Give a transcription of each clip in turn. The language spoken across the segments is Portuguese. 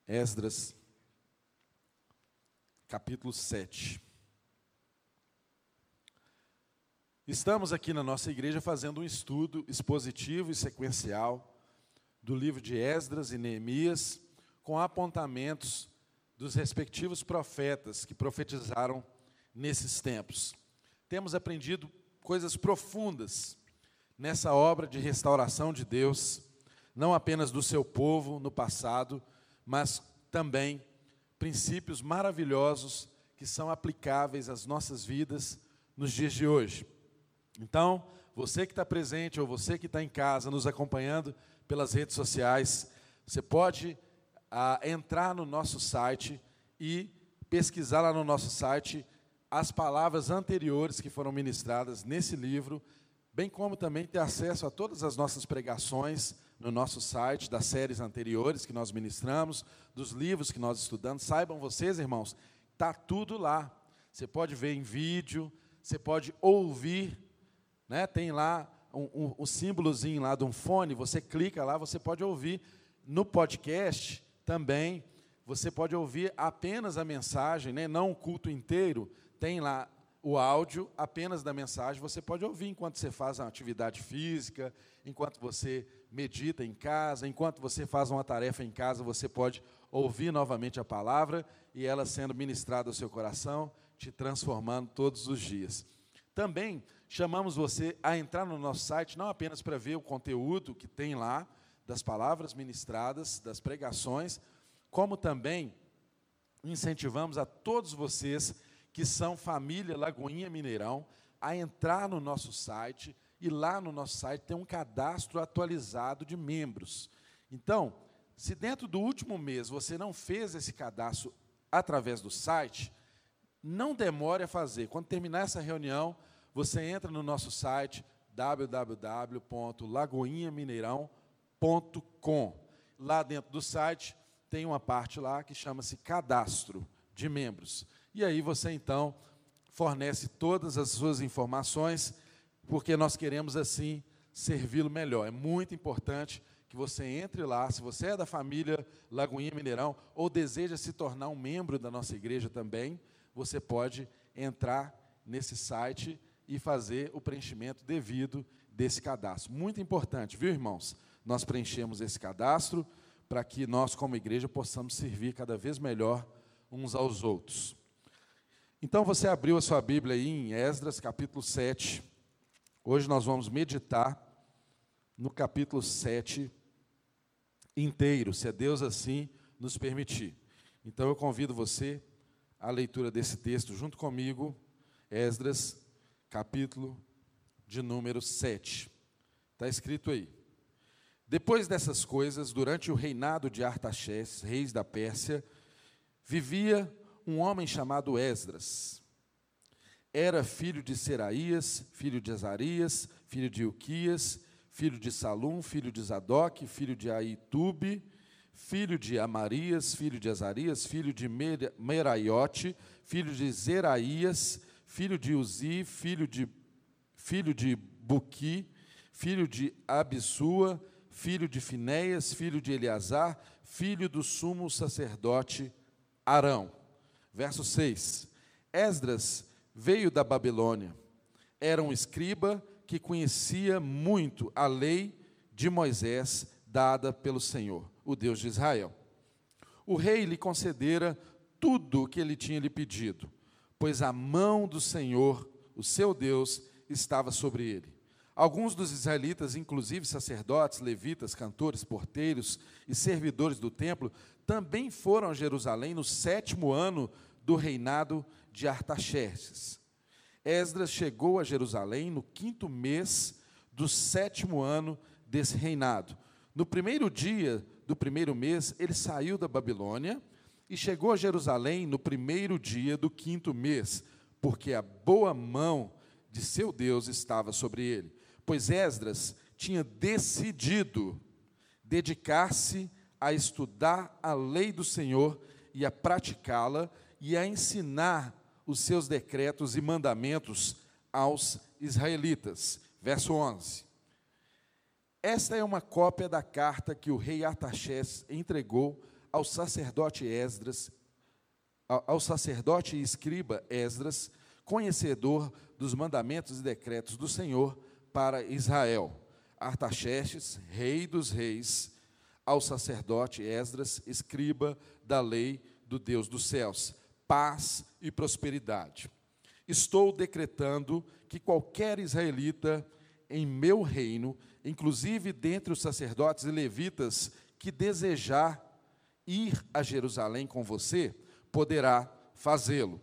Esdras, capítulo 7. Estamos aqui na nossa igreja fazendo um estudo expositivo e sequencial do livro de Esdras e Neemias, com apontamentos dos respectivos profetas que profetizaram nesses tempos. Temos aprendido coisas profundas nessa obra de restauração de Deus, não apenas do seu povo no passado, mas também princípios maravilhosos que são aplicáveis às nossas vidas nos dias de hoje. Então, você que está presente ou você que está em casa nos acompanhando pelas redes sociais, você pode entrar no nosso site e pesquisar lá no nosso site as palavras anteriores que foram ministradas nesse livro, bem como também ter acesso a todas as nossas pregações no nosso site, das séries anteriores que nós ministramos, dos livros que nós estudamos. Saibam vocês, irmãos, está tudo lá. Você pode ver em vídeo, você pode ouvir, né? Tem lá um símbolozinho lá de um fone, você clica lá, você pode ouvir. No podcast também, você pode ouvir apenas a mensagem, né? Não o culto inteiro, tem lá o áudio apenas da mensagem, você pode ouvir enquanto você faz uma atividade física, enquanto você medita em casa, enquanto você faz uma tarefa em casa, você pode ouvir novamente a palavra e ela sendo ministrada ao seu coração, te transformando todos os dias. Também chamamos você a entrar no nosso site, não apenas para ver o conteúdo que tem lá, das palavras ministradas, das pregações, como também incentivamos a todos vocês que são família Lagoinha Mineirão, a entrar no nosso site, e lá no nosso site tem um cadastro atualizado de membros. Então, se dentro do último mês você não fez esse cadastro através do site, não demore a fazer. Quando terminar essa reunião, você entra no nosso site, www.lagoinhamineirão.com. Lá dentro do site tem uma parte lá que chama-se cadastro de membros. E aí você, então, fornece todas as suas informações, porque nós queremos, assim, servi-lo melhor. É muito importante que você entre lá, se você é da família Lagoinha Mineirão, ou deseja se tornar um membro da nossa igreja também, você pode entrar nesse site e fazer o preenchimento devido desse cadastro. Muito importante, viu, irmãos? Nós preenchemos esse cadastro para que nós, como igreja, possamos servir cada vez melhor uns aos outros. Então, você abriu a sua Bíblia aí em Esdras, capítulo 7. Hoje nós vamos meditar no capítulo 7 inteiro, se Deus assim nos permitir. Então, eu convido você à leitura desse texto junto comigo, Esdras, capítulo de número 7. Está escrito aí. Depois dessas coisas, durante o reinado de Artaxerxes, rei da Pérsia, vivia um homem chamado Esdras. Era filho de Seraías, filho de Azarias, filho de Ilquias, filho de Salum, filho de Zadok, filho de Aitube, filho de Amarias, filho de Azarias, filho de Meraiote, filho de Zeraías, filho de Uzi, filho de Buqui, filho de Abissua, filho de Finéias, filho de Eleazar, filho do sumo sacerdote Arão. Verso 6. Esdras veio da Babilônia. Era um escriba que conhecia muito a lei de Moisés dada pelo Senhor, o Deus de Israel. O rei lhe concedera tudo o que ele tinha lhe pedido, pois a mão do Senhor, o seu Deus, estava sobre ele. Alguns dos israelitas, inclusive sacerdotes, levitas, cantores, porteiros e servidores do templo, também foram a Jerusalém no 7º ano do reinado de Artaxerxes. Esdras chegou a Jerusalém no 5º mês do 7º ano desse reinado. No primeiro dia do primeiro mês, ele saiu da Babilônia e chegou a Jerusalém no primeiro dia do 5º mês, porque a boa mão de seu Deus estava sobre ele. Pois Esdras tinha decidido dedicar-se a estudar a lei do Senhor e a praticá-la e a ensinar os seus decretos e mandamentos aos israelitas. Verso 11. Esta é uma cópia da carta que o rei Artaxerxes entregou ao sacerdote e escriba Esdras, conhecedor dos mandamentos e decretos do Senhor para Israel. Artaxerxes, rei dos reis, ao sacerdote Esdras, escriba da lei do Deus dos céus, paz e prosperidade. Estou decretando que qualquer israelita em meu reino, inclusive dentre os sacerdotes e levitas, que desejar ir a Jerusalém com você, poderá fazê-lo.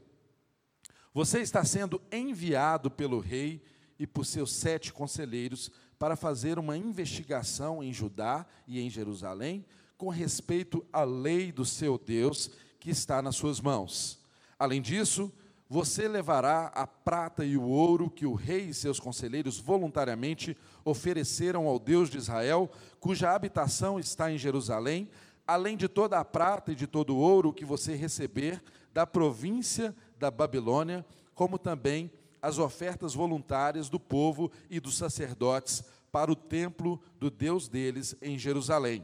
Você está sendo enviado pelo rei e por seus 7 conselheiros para fazer uma investigação em Judá e em Jerusalém com respeito à lei do seu Deus que está nas suas mãos. Além disso, você levará a prata e o ouro que o rei e seus conselheiros voluntariamente ofereceram ao Deus de Israel, cuja habitação está em Jerusalém, além de toda a prata e de todo o ouro que você receber da província da Babilônia, como também as ofertas voluntárias do povo e dos sacerdotes para o templo do Deus deles em Jerusalém.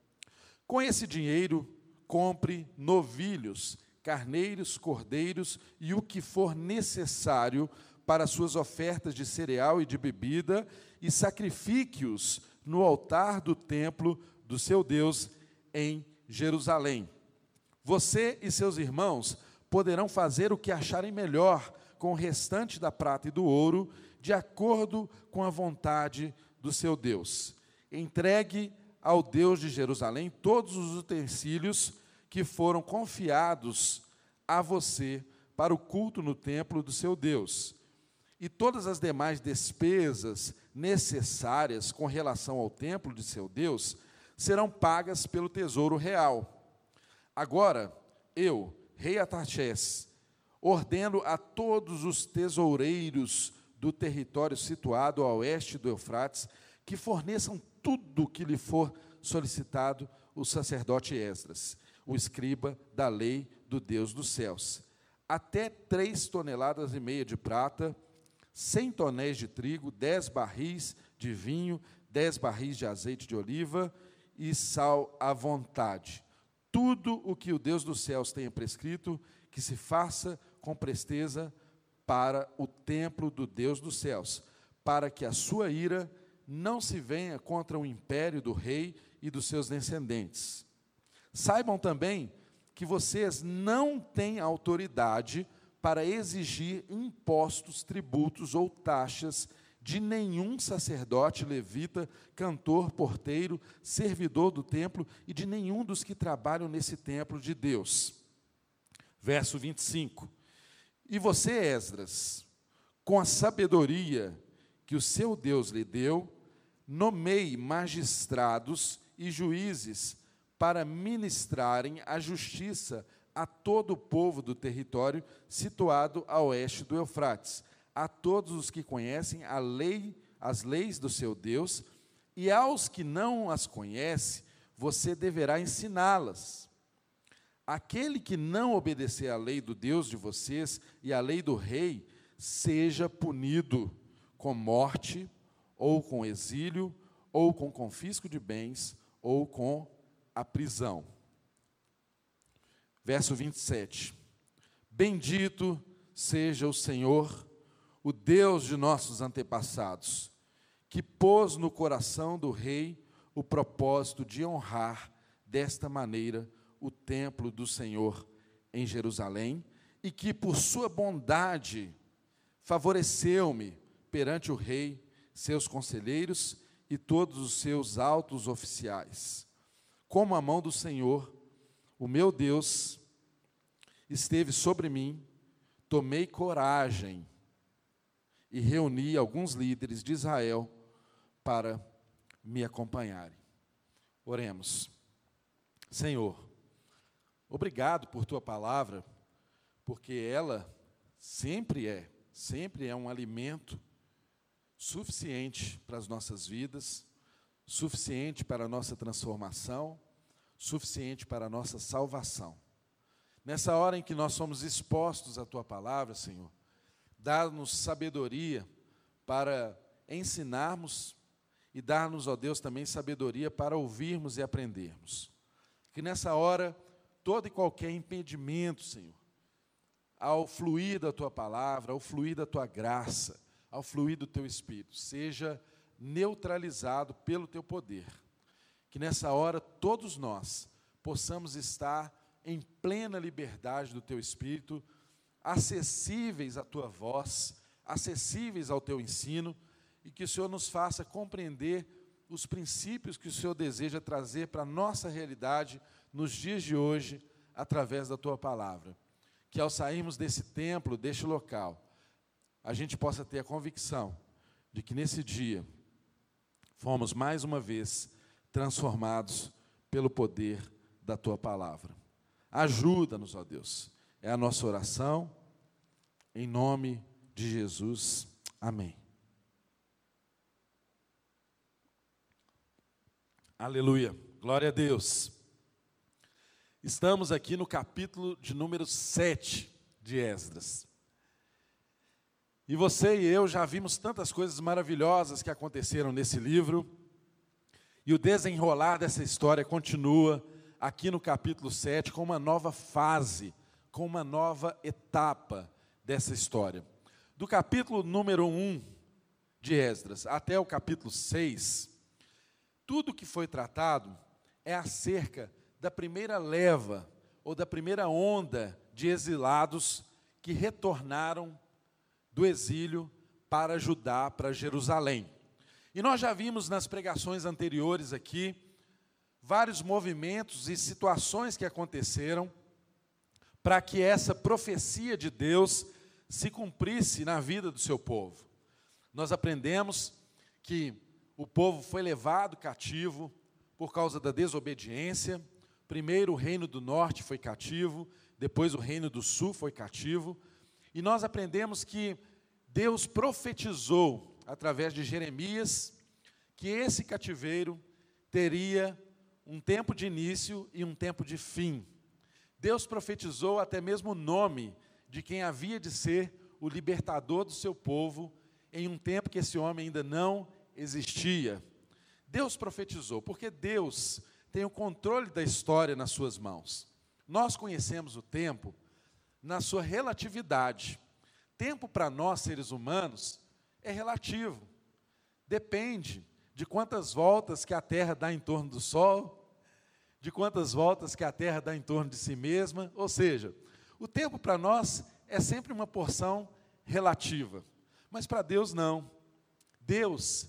Com esse dinheiro, compre novilhos, carneiros, cordeiros e o que for necessário para suas ofertas de cereal e de bebida, e sacrifique-os no altar do templo do seu Deus em Jerusalém. Você e seus irmãos poderão fazer o que acharem melhor com o restante da prata e do ouro, de acordo com a vontade do seu Deus. Entregue ao Deus de Jerusalém todos os utensílios que foram confiados a você para o culto no templo do seu Deus. E todas as demais despesas necessárias com relação ao templo de seu Deus serão pagas pelo tesouro real. Agora, eu, rei Artaxerxes, ordeno a todos os tesoureiros do território situado a oeste do Eufrates que forneçam tudo o que lhe for solicitado o sacerdote Esdras, o escriba da lei do Deus dos céus, até 3,5 toneladas de prata, 100 tonéis de trigo, 10 barris de vinho, 10 barris de azeite de oliva e sal à vontade. Tudo o que o Deus dos céus tenha prescrito, que se faça com presteza para o templo do Deus dos céus, para que a sua ira não se venha contra o império do rei e dos seus descendentes. Saibam também que vocês não têm autoridade para exigir impostos, tributos ou taxas de nenhum sacerdote, levita, cantor, porteiro, servidor do templo e de nenhum dos que trabalham nesse templo de Deus. Verso 25. E você, Esdras, com a sabedoria que o seu Deus lhe deu, nomeie magistrados e juízes para ministrarem a justiça a todo o povo do território situado a oeste do Eufrates, a todos os que conhecem a lei, as leis do seu Deus, e aos que não as conhece, você deverá ensiná-las. Aquele que não obedecer à lei do Deus de vocês e à lei do rei, seja punido com morte, ou com exílio, ou com confisco de bens, ou com a prisão. Verso 27. Bendito seja o Senhor, o Deus de nossos antepassados, que pôs no coração do rei o propósito de honrar desta maneira o templo do Senhor em Jerusalém, e que por sua bondade favoreceu-me perante o rei, seus conselheiros e todos os seus altos oficiais. Como a mão do Senhor, o meu Deus, esteve sobre mim, tomei coragem e reuni alguns líderes de Israel para me acompanharem. Oremos. Senhor, obrigado por tua palavra, porque ela sempre é um alimento suficiente para as nossas vidas, suficiente para a nossa transformação, suficiente para a nossa salvação. Nessa hora em que nós somos expostos à tua palavra, Senhor, dá-nos sabedoria para ensinarmos e dar-nos, ó Deus, também sabedoria para ouvirmos e aprendermos. Que nessa hora, todo e qualquer impedimento, Senhor, ao fluir da Tua palavra, ao fluir da Tua graça, ao fluir do Teu Espírito, seja neutralizado pelo Teu poder. Que nessa hora, todos nós possamos estar em plena liberdade do Teu Espírito, acessíveis à Tua voz, acessíveis ao Teu ensino, e que o Senhor nos faça compreender os princípios que o Senhor deseja trazer para a nossa realidade nos dias de hoje, através da Tua palavra. Que ao sairmos desse templo, deste local, a gente possa ter a convicção de que nesse dia fomos mais uma vez transformados pelo poder da Tua palavra. Ajuda-nos, ó Deus. É a nossa oração, em nome de Jesus. Amém. Aleluia. Glória a Deus. Estamos aqui no capítulo de número 7 de Esdras. E você e eu já vimos tantas coisas maravilhosas que aconteceram nesse livro. E o desenrolar dessa história continua aqui no capítulo 7 com uma nova fase, com uma nova etapa dessa história. Do capítulo número 1 de Esdras até o capítulo 6, tudo que foi tratado é acerca da primeira leva, ou da primeira onda de exilados que retornaram do exílio para Judá, para Jerusalém. E nós já vimos nas pregações anteriores aqui, vários movimentos e situações que aconteceram para que essa profecia de Deus se cumprisse na vida do seu povo. Nós aprendemos que o povo foi levado cativo por causa da desobediência. Primeiro o reino do norte foi cativo, depois o reino do sul foi cativo. E nós aprendemos que Deus profetizou, através de Jeremias, que esse cativeiro teria um tempo de início e um tempo de fim. Deus profetizou até mesmo o nome de quem havia de ser o libertador do seu povo, em um tempo que esse homem ainda não existia. Deus profetizou, porque Deus tem o controle da história nas suas mãos. Nós conhecemos o tempo na sua relatividade. Tempo para nós, seres humanos, é relativo. Depende de quantas voltas que a Terra dá em torno do Sol, de quantas voltas que a Terra dá em torno de si mesma. Ou seja, o tempo para nós é sempre uma porção relativa. Mas para Deus não. Deus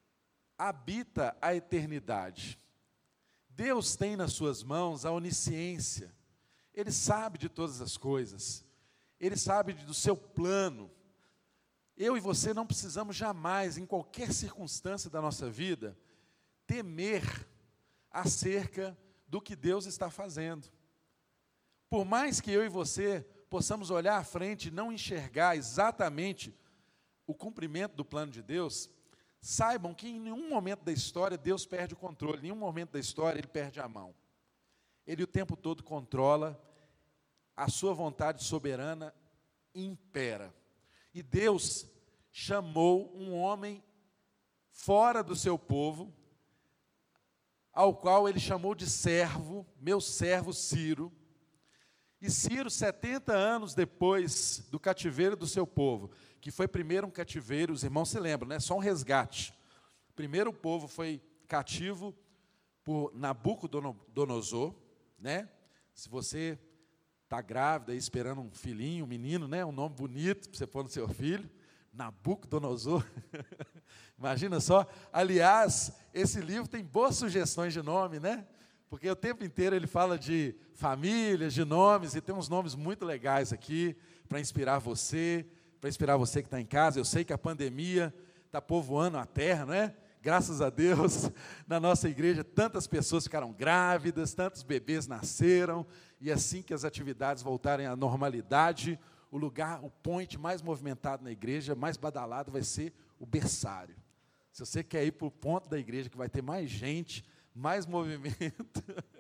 habita a eternidade. Deus tem nas suas mãos a onisciência. Ele sabe de todas as coisas. Ele sabe do seu plano. Eu e você não precisamos jamais, em qualquer circunstância da nossa vida, temer acerca do que Deus está fazendo. Por mais que eu e você possamos olhar à frente e não enxergar exatamente o cumprimento do plano de Deus, saibam que em nenhum momento da história Deus perde o controle, em nenhum momento da história Ele perde a mão. Ele o tempo todo controla, a sua vontade soberana impera. E Deus chamou um homem fora do seu povo, ao qual Ele chamou de servo, meu servo Ciro. E Ciro, 70 anos depois do cativeiro do seu povo, que foi primeiro um cativeiro, os irmãos se lembram, né? Só um resgate. Primeiro o povo foi cativo por Nabucodonosor, né? Se você está grávida e esperando um filhinho, um menino, né? Um nome bonito para você pôr no seu filho, Nabucodonosor. Imagina só. Aliás, esse livro tem boas sugestões de nome, né? Porque o tempo inteiro ele fala de famílias, de nomes, e tem uns nomes muito legais aqui para inspirar você que está em casa. Eu sei que a pandemia está povoando a terra, não é? Graças a Deus, na nossa igreja, tantas pessoas ficaram grávidas, tantos bebês nasceram, e assim que as atividades voltarem à normalidade, o lugar, o point mais movimentado na igreja, mais badalado, vai ser o berçário. Se você quer ir para o ponto da igreja, que vai ter mais gente, mais movimento,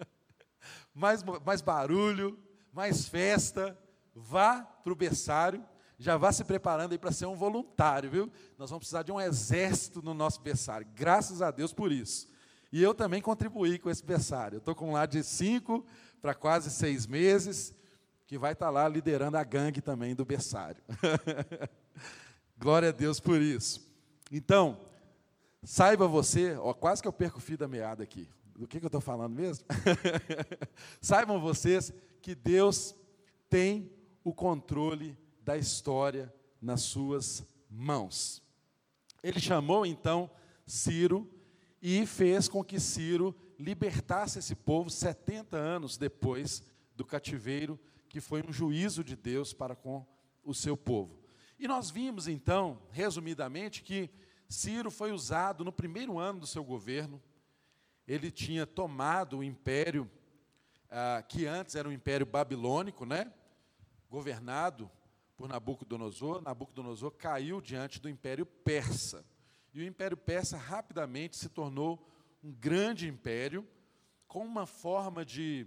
mais barulho, mais festa, vá para o berçário. Já vá se preparando aí para ser um voluntário, viu? Nós vamos precisar de um exército no nosso berçário, graças a Deus por isso. E eu também contribuí com esse berçário. Eu estou com lá de 5 para quase 6 meses, que vai estar lá liderando a gangue também do berçário. Glória a Deus por isso. Então, saiba você, quase que eu perco o fio da meada aqui. Do que eu estou falando mesmo? Saibam vocês que Deus tem o controle da história nas suas mãos. Ele chamou, então, Ciro e fez com que Ciro libertasse esse povo 70 anos depois do cativeiro, que foi um juízo de Deus para com o seu povo. E nós vimos, então, resumidamente, que Ciro foi usado no primeiro ano do seu governo. Ele tinha tomado o império, que antes era o Império Babilônico, né? Governado por Nabucodonosor. Nabucodonosor caiu diante do Império Persa. E o Império Persa rapidamente se tornou um grande império, com uma forma de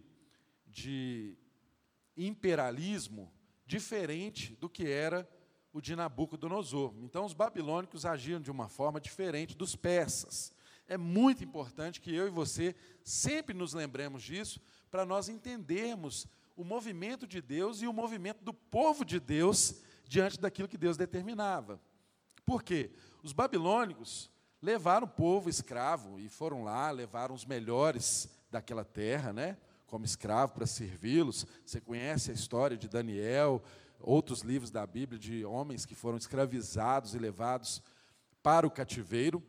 imperialismo diferente do que era o de Nabucodonosor. Então, os babilônicos agiam de uma forma diferente dos persas. É muito importante que eu e você sempre nos lembremos disso, para nós entendermos o movimento de Deus e o movimento do povo de Deus diante daquilo que Deus determinava. Por quê? Os babilônicos levaram o povo escravo e foram lá, levaram os melhores daquela terra, né, como escravo para servi-los. Você conhece a história de Daniel, outros livros da Bíblia de homens que foram escravizados e levados para o cativeiro.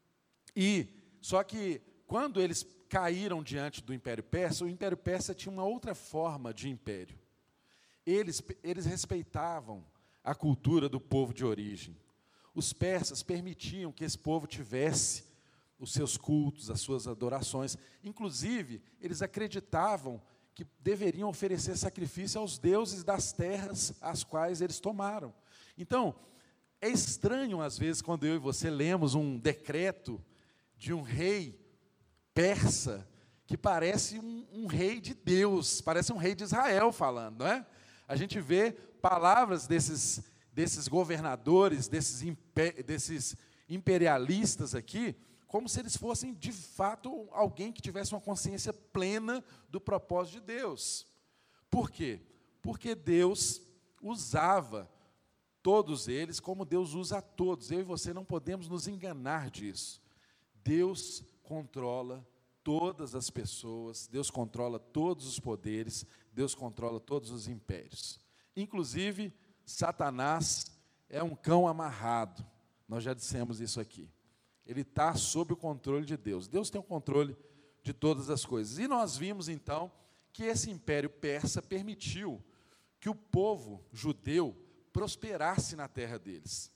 E só que quando eles caíram diante do Império Persa, o Império Persa tinha uma outra forma de império. Eles respeitavam a cultura do povo de origem. Os persas permitiam que esse povo tivesse os seus cultos, as suas adorações. Inclusive, eles acreditavam que deveriam oferecer sacrifício aos deuses das terras as quais eles tomaram. Então, é estranho, às vezes, quando eu e você lemos um decreto de um rei persa, que parece um rei de Deus, parece um rei de Israel falando, não é? A gente vê palavras desses governadores, desses imperialistas aqui, como se eles fossem, de fato, alguém que tivesse uma consciência plena do propósito de Deus. Por quê? Porque Deus usava todos eles como Deus usa a todos. Eu e você não podemos nos enganar disso. Deus controla todas as pessoas, Deus controla todos os poderes, Deus controla todos os impérios. Inclusive, Satanás é um cão amarrado. Nós já dissemos isso aqui. Ele está sob o controle de Deus. Deus tem o controle de todas as coisas. E nós vimos, então, que esse império persa permitiu que o povo judeu prosperasse na terra deles.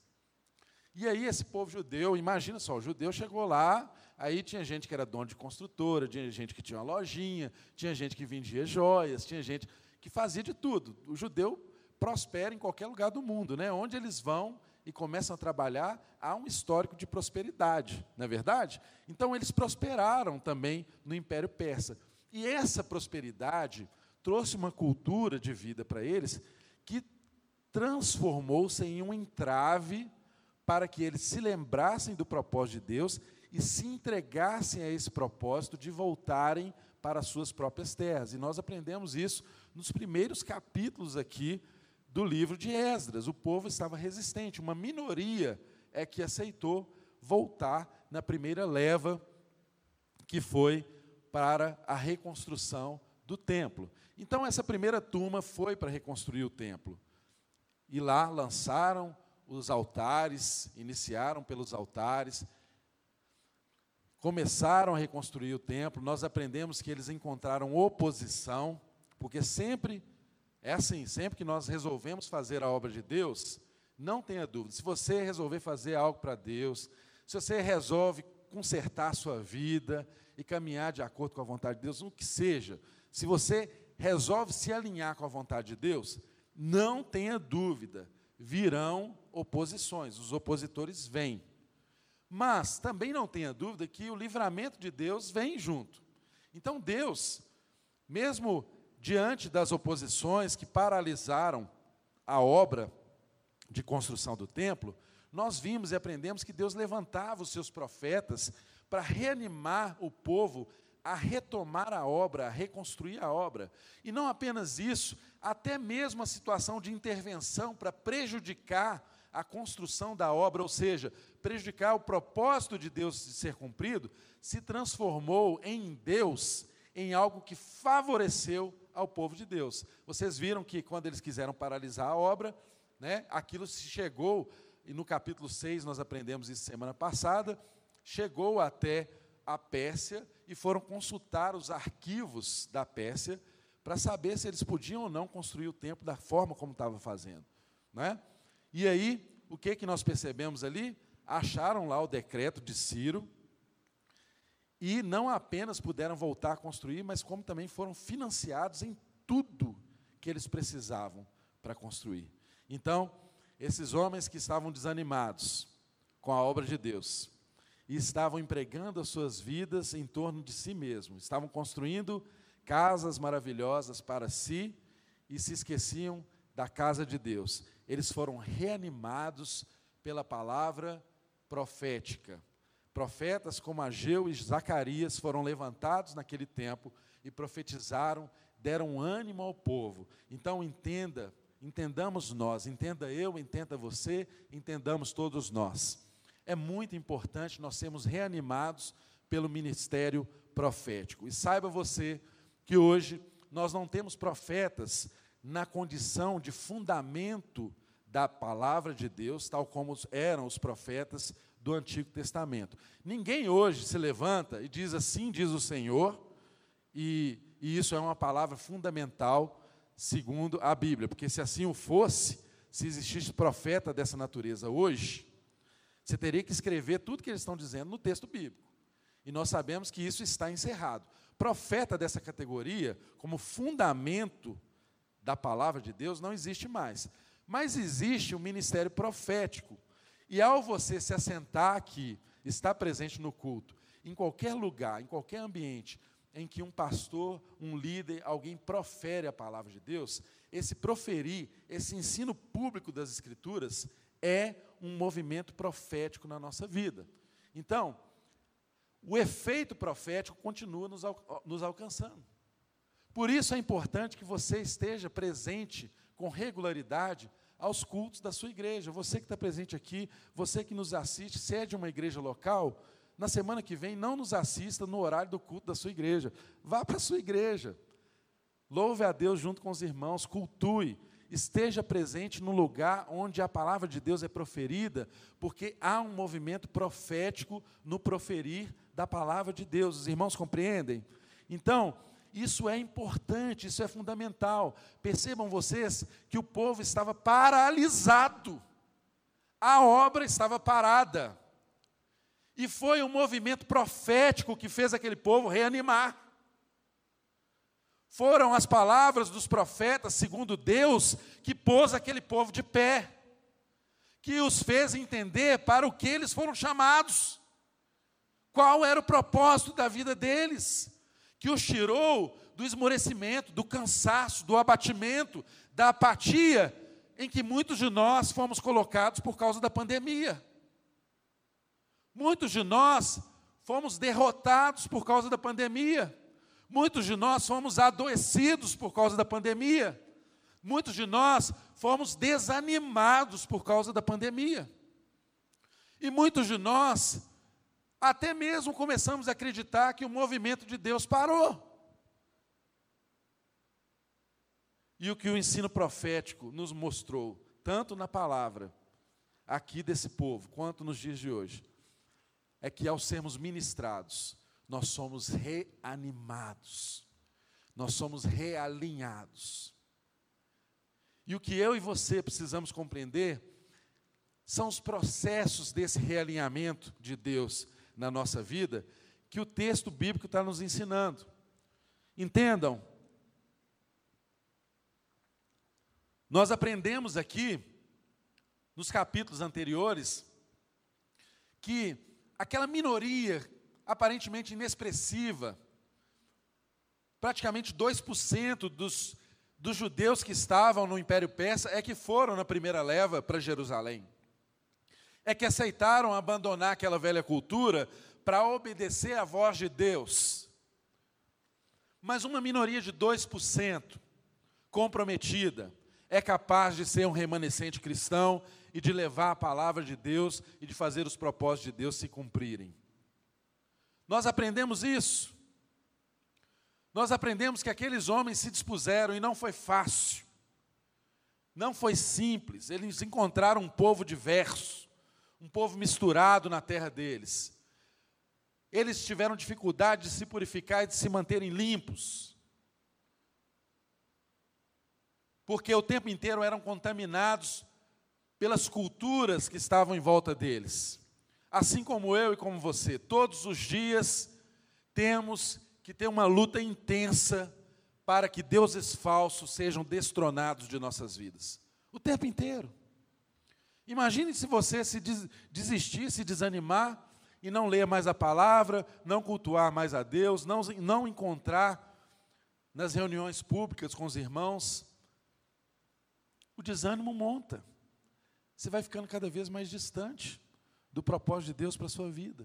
E aí esse povo judeu, imagina só, o judeu chegou lá, aí tinha gente que era dono de construtora, tinha gente que tinha uma lojinha, tinha gente que vendia joias, tinha gente que fazia de tudo. O judeu prospera em qualquer lugar do mundo, né? Onde eles vão e começam a trabalhar, há um histórico de prosperidade, não é verdade? Então, eles prosperaram também no Império Persa. E essa prosperidade trouxe uma cultura de vida para eles que transformou-se em um entrave para que eles se lembrassem do propósito de Deus e se entregassem a esse propósito de voltarem para as suas próprias terras. E nós aprendemos isso nos primeiros capítulos aqui do livro de Esdras. O povo estava resistente, uma minoria é que aceitou voltar na primeira leva, que foi para a reconstrução do templo. Então, essa primeira turma foi para reconstruir o templo. E lá lançaram os altares, iniciaram pelos altares, começaram a reconstruir o templo. Nós aprendemos que eles encontraram oposição, porque sempre é assim, sempre que nós resolvemos fazer a obra de Deus, não tenha dúvida, se você resolver fazer algo para Deus, se você resolve consertar a sua vida e caminhar de acordo com a vontade de Deus, o que seja, se você resolve se alinhar com a vontade de Deus, não tenha dúvida, virão oposições, os opositores vêm. Mas também não tenha dúvida que o livramento de Deus vem junto. Então Deus, mesmo diante das oposições que paralisaram a obra de construção do templo, nós vimos e aprendemos que Deus levantava os seus profetas para reanimar o povo a retomar a obra, a reconstruir a obra. E não apenas isso, até mesmo a situação de intervenção para prejudicar a construção da obra, ou seja, prejudicar o propósito de Deus de ser cumprido, se transformou em Deus, em algo que favoreceu ao povo de Deus. Vocês viram que quando eles quiseram paralisar a obra, né, aquilo se chegou, e no capítulo 6 nós aprendemos isso semana passada, chegou até a Pérsia e foram consultar os arquivos da Pérsia para saber se eles podiam ou não construir o templo da forma como estava fazendo, né? E aí, o que nós percebemos ali? Acharam lá o decreto de Ciro e não apenas puderam voltar a construir, mas como também foram financiados em tudo que eles precisavam para construir. Então, esses homens que estavam desanimados com a obra de Deus e estavam empregando as suas vidas em torno de si mesmos, estavam construindo casas maravilhosas para si e se esqueciam da casa de Deus. Eles foram reanimados pela palavra profética. Profetas como Ageu e Zacarias foram levantados naquele tempo e profetizaram, deram ânimo ao povo. Então entendamos nós, entenda eu, entenda você, entendamos todos nós. É muito importante nós sermos reanimados pelo ministério profético. E saiba você que hoje nós não temos profetas na condição de fundamento da palavra de Deus, tal como eram os profetas do Antigo Testamento. Ninguém hoje se levanta e diz assim, diz o Senhor, e isso é uma palavra fundamental segundo a Bíblia, porque se assim o fosse, se existisse profeta dessa natureza hoje, você teria que escrever tudo que eles estão dizendo no texto bíblico. E nós sabemos que isso está encerrado. Profeta dessa categoria, como fundamento da palavra de Deus, não existe mais. Mas existe o ministério profético. E ao você se assentar aqui, estar presente no culto, em qualquer lugar, em qualquer ambiente, em que um pastor, um líder, alguém profere a palavra de Deus, esse proferir, esse ensino público das Escrituras, é um movimento profético na nossa vida. Então, o efeito profético continua nos alcançando. Por isso é importante que você esteja presente com regularidade aos cultos da sua igreja. Você que está presente aqui, você que nos assiste, se é de uma igreja local, na semana que vem não nos assista no horário do culto da sua igreja. Vá para a sua igreja. Louve a Deus junto com os irmãos, cultue. Esteja presente no lugar onde a palavra de Deus é proferida, porque há um movimento profético no proferir da palavra de Deus. Os irmãos compreendem? Então, isso é importante, isso é fundamental. Percebam vocês que o povo estava paralisado. A obra estava parada. E foi um movimento profético que fez aquele povo reanimar. Foram as palavras dos profetas, segundo Deus, que pôs aquele povo de pé, que os fez entender para o que eles foram chamados, qual era o propósito da vida deles, que os tirou do esmorecimento, do cansaço, do abatimento, da apatia, em que muitos de nós fomos colocados por causa da pandemia. Muitos de nós fomos derrotados por causa da pandemia. Muitos de nós fomos adoecidos por causa da pandemia. Muitos de nós fomos desanimados por causa da pandemia. E muitos de nós até mesmo começamos a acreditar que o movimento de Deus parou. E o que o ensino profético nos mostrou, tanto na palavra aqui desse povo, quanto nos dias de hoje, é que ao sermos ministrados, nós somos reanimados, nós somos realinhados. E o que eu e você precisamos compreender são os processos desse realinhamento de Deus na nossa vida, que o texto bíblico está nos ensinando. Entendam, nós aprendemos aqui, nos capítulos anteriores, que aquela minoria aparentemente inexpressiva, praticamente 2% dos judeus que estavam no Império Persa, é que foram na primeira leva para Jerusalém. É que aceitaram abandonar aquela velha cultura para obedecer à voz de Deus. Mas uma minoria de 2% comprometida é capaz de ser um remanescente cristão e de levar a palavra de Deus e de fazer os propósitos de Deus se cumprirem. Nós aprendemos isso. Nós aprendemos que aqueles homens se dispuseram e não foi fácil. Não foi simples. Eles encontraram um povo diverso, um povo misturado na terra deles. Eles tiveram dificuldade de se purificar e de se manterem limpos, porque o tempo inteiro eram contaminados pelas culturas que estavam em volta deles. Assim como eu e como você, todos os dias temos que ter uma luta intensa para que deuses falsos sejam destronados de nossas vidas. O tempo inteiro. Imagine se você se desistir, se desanimar e não ler mais a palavra, não cultuar mais a Deus, não encontrar nas reuniões públicas com os irmãos. O desânimo monta. Você vai ficando cada vez mais distante do propósito de Deus para a sua vida.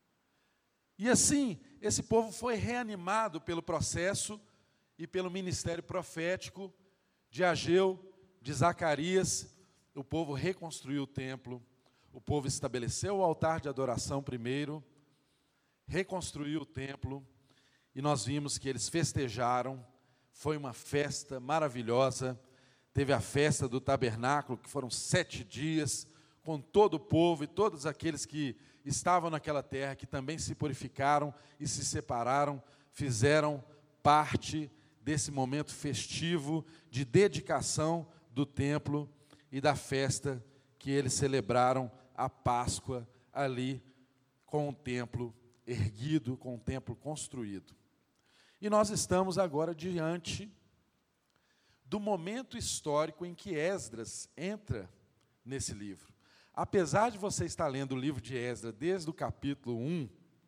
E assim, esse povo foi reanimado pelo processo e pelo ministério profético de Ageu, de Zacarias. O povo reconstruiu o templo, o povo estabeleceu o altar de adoração primeiro, reconstruiu o templo, e nós vimos que eles festejaram. Foi uma festa maravilhosa. Teve a festa do tabernáculo, que foram 7 dias, com todo o povo e todos aqueles que estavam naquela terra, que também se purificaram e se separaram, fizeram parte desse momento festivo de dedicação do templo e da festa que eles celebraram a Páscoa ali, com o templo erguido, com o templo construído. E nós estamos agora diante do momento histórico em que Esdras entra nesse livro. Apesar de você estar lendo o livro de Esdras desde o capítulo 1,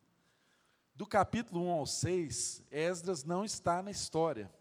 do capítulo 1 ao 6, Esdras não está na história.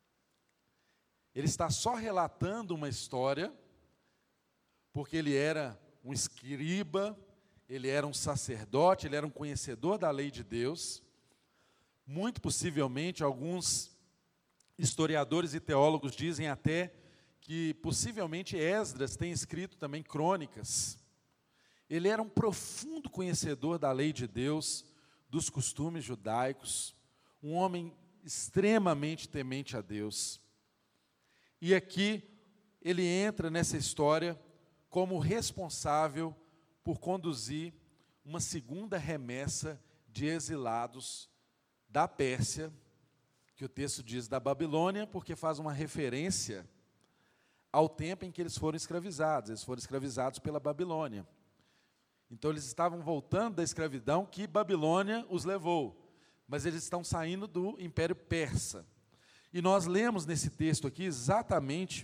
Ele está só relatando uma história, porque ele era um escriba, ele era um sacerdote, ele era um conhecedor da lei de Deus. Muito possivelmente, alguns historiadores e teólogos dizem até que possivelmente Esdras tem escrito também crônicas. Ele era um profundo conhecedor da lei de Deus, dos costumes judaicos, um homem extremamente temente a Deus. E aqui ele entra nessa história como responsável por conduzir uma segunda remessa de exilados da Pérsia, que o texto diz da Babilônia, porque faz uma referência ao tempo em que eles foram escravizados pela Babilônia. Então eles estavam voltando da escravidão que Babilônia os levou, mas eles estão saindo do Império Persa. E nós lemos nesse texto aqui exatamente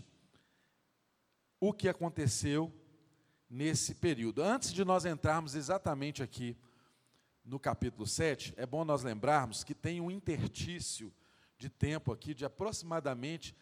o que aconteceu nesse período. Antes de nós entrarmos exatamente aqui no capítulo 7, é bom nós lembrarmos que tem um intertício de tempo aqui de aproximadamente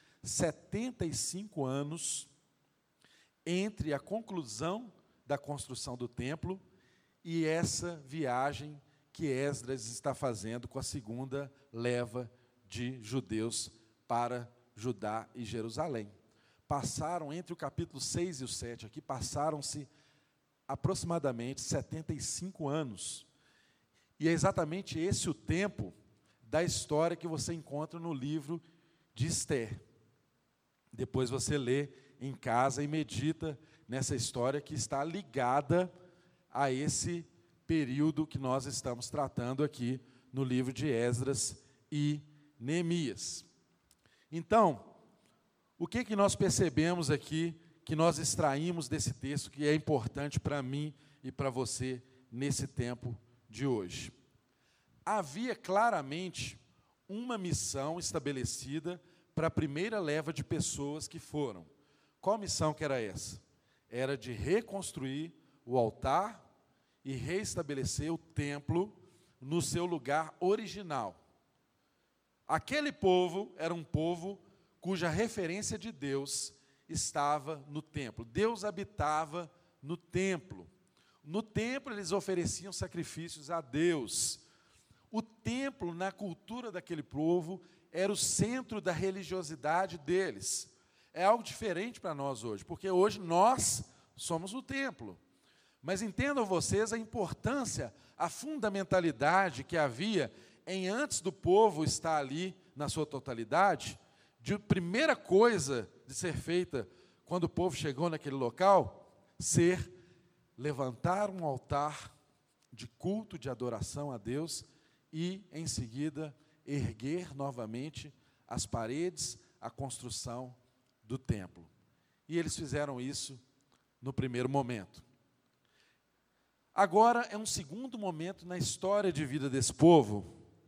75 anos entre a conclusão da construção do templo e essa viagem que Esdras está fazendo com a segunda leva de judeus para Judá e Jerusalém. Passaram, entre o capítulo 6 e o 7 aqui, passaram-se aproximadamente 75 anos. E é exatamente esse o tempo da história que você encontra no livro de Esther. Depois você lê em casa e medita nessa história que está ligada a esse período que nós estamos tratando aqui no livro de Esdras e Neemias. Então, o que nós percebemos aqui, que nós extraímos desse texto, que é importante para mim e para você nesse tempo de hoje? Havia claramente uma missão estabelecida para a primeira leva de pessoas que foram. Qual missão que era essa? Era de reconstruir o altar e reestabelecer o templo no seu lugar original. Aquele povo era um povo cuja referência de Deus estava no templo. Deus habitava no templo. No templo, eles ofereciam sacrifícios a Deus. O templo, na cultura daquele povo, era o centro da religiosidade deles. É algo diferente para nós hoje, porque hoje nós somos o templo. Mas entendam vocês a importância, a fundamentalidade que havia em, antes do povo estar ali na sua totalidade, de primeira coisa de ser feita quando o povo chegou naquele local, ser levantar um altar de culto, de adoração a Deus e, em seguida, erguer novamente as paredes, a construção do templo. E eles fizeram isso no primeiro momento. Agora é um segundo momento na história de vida desse povo,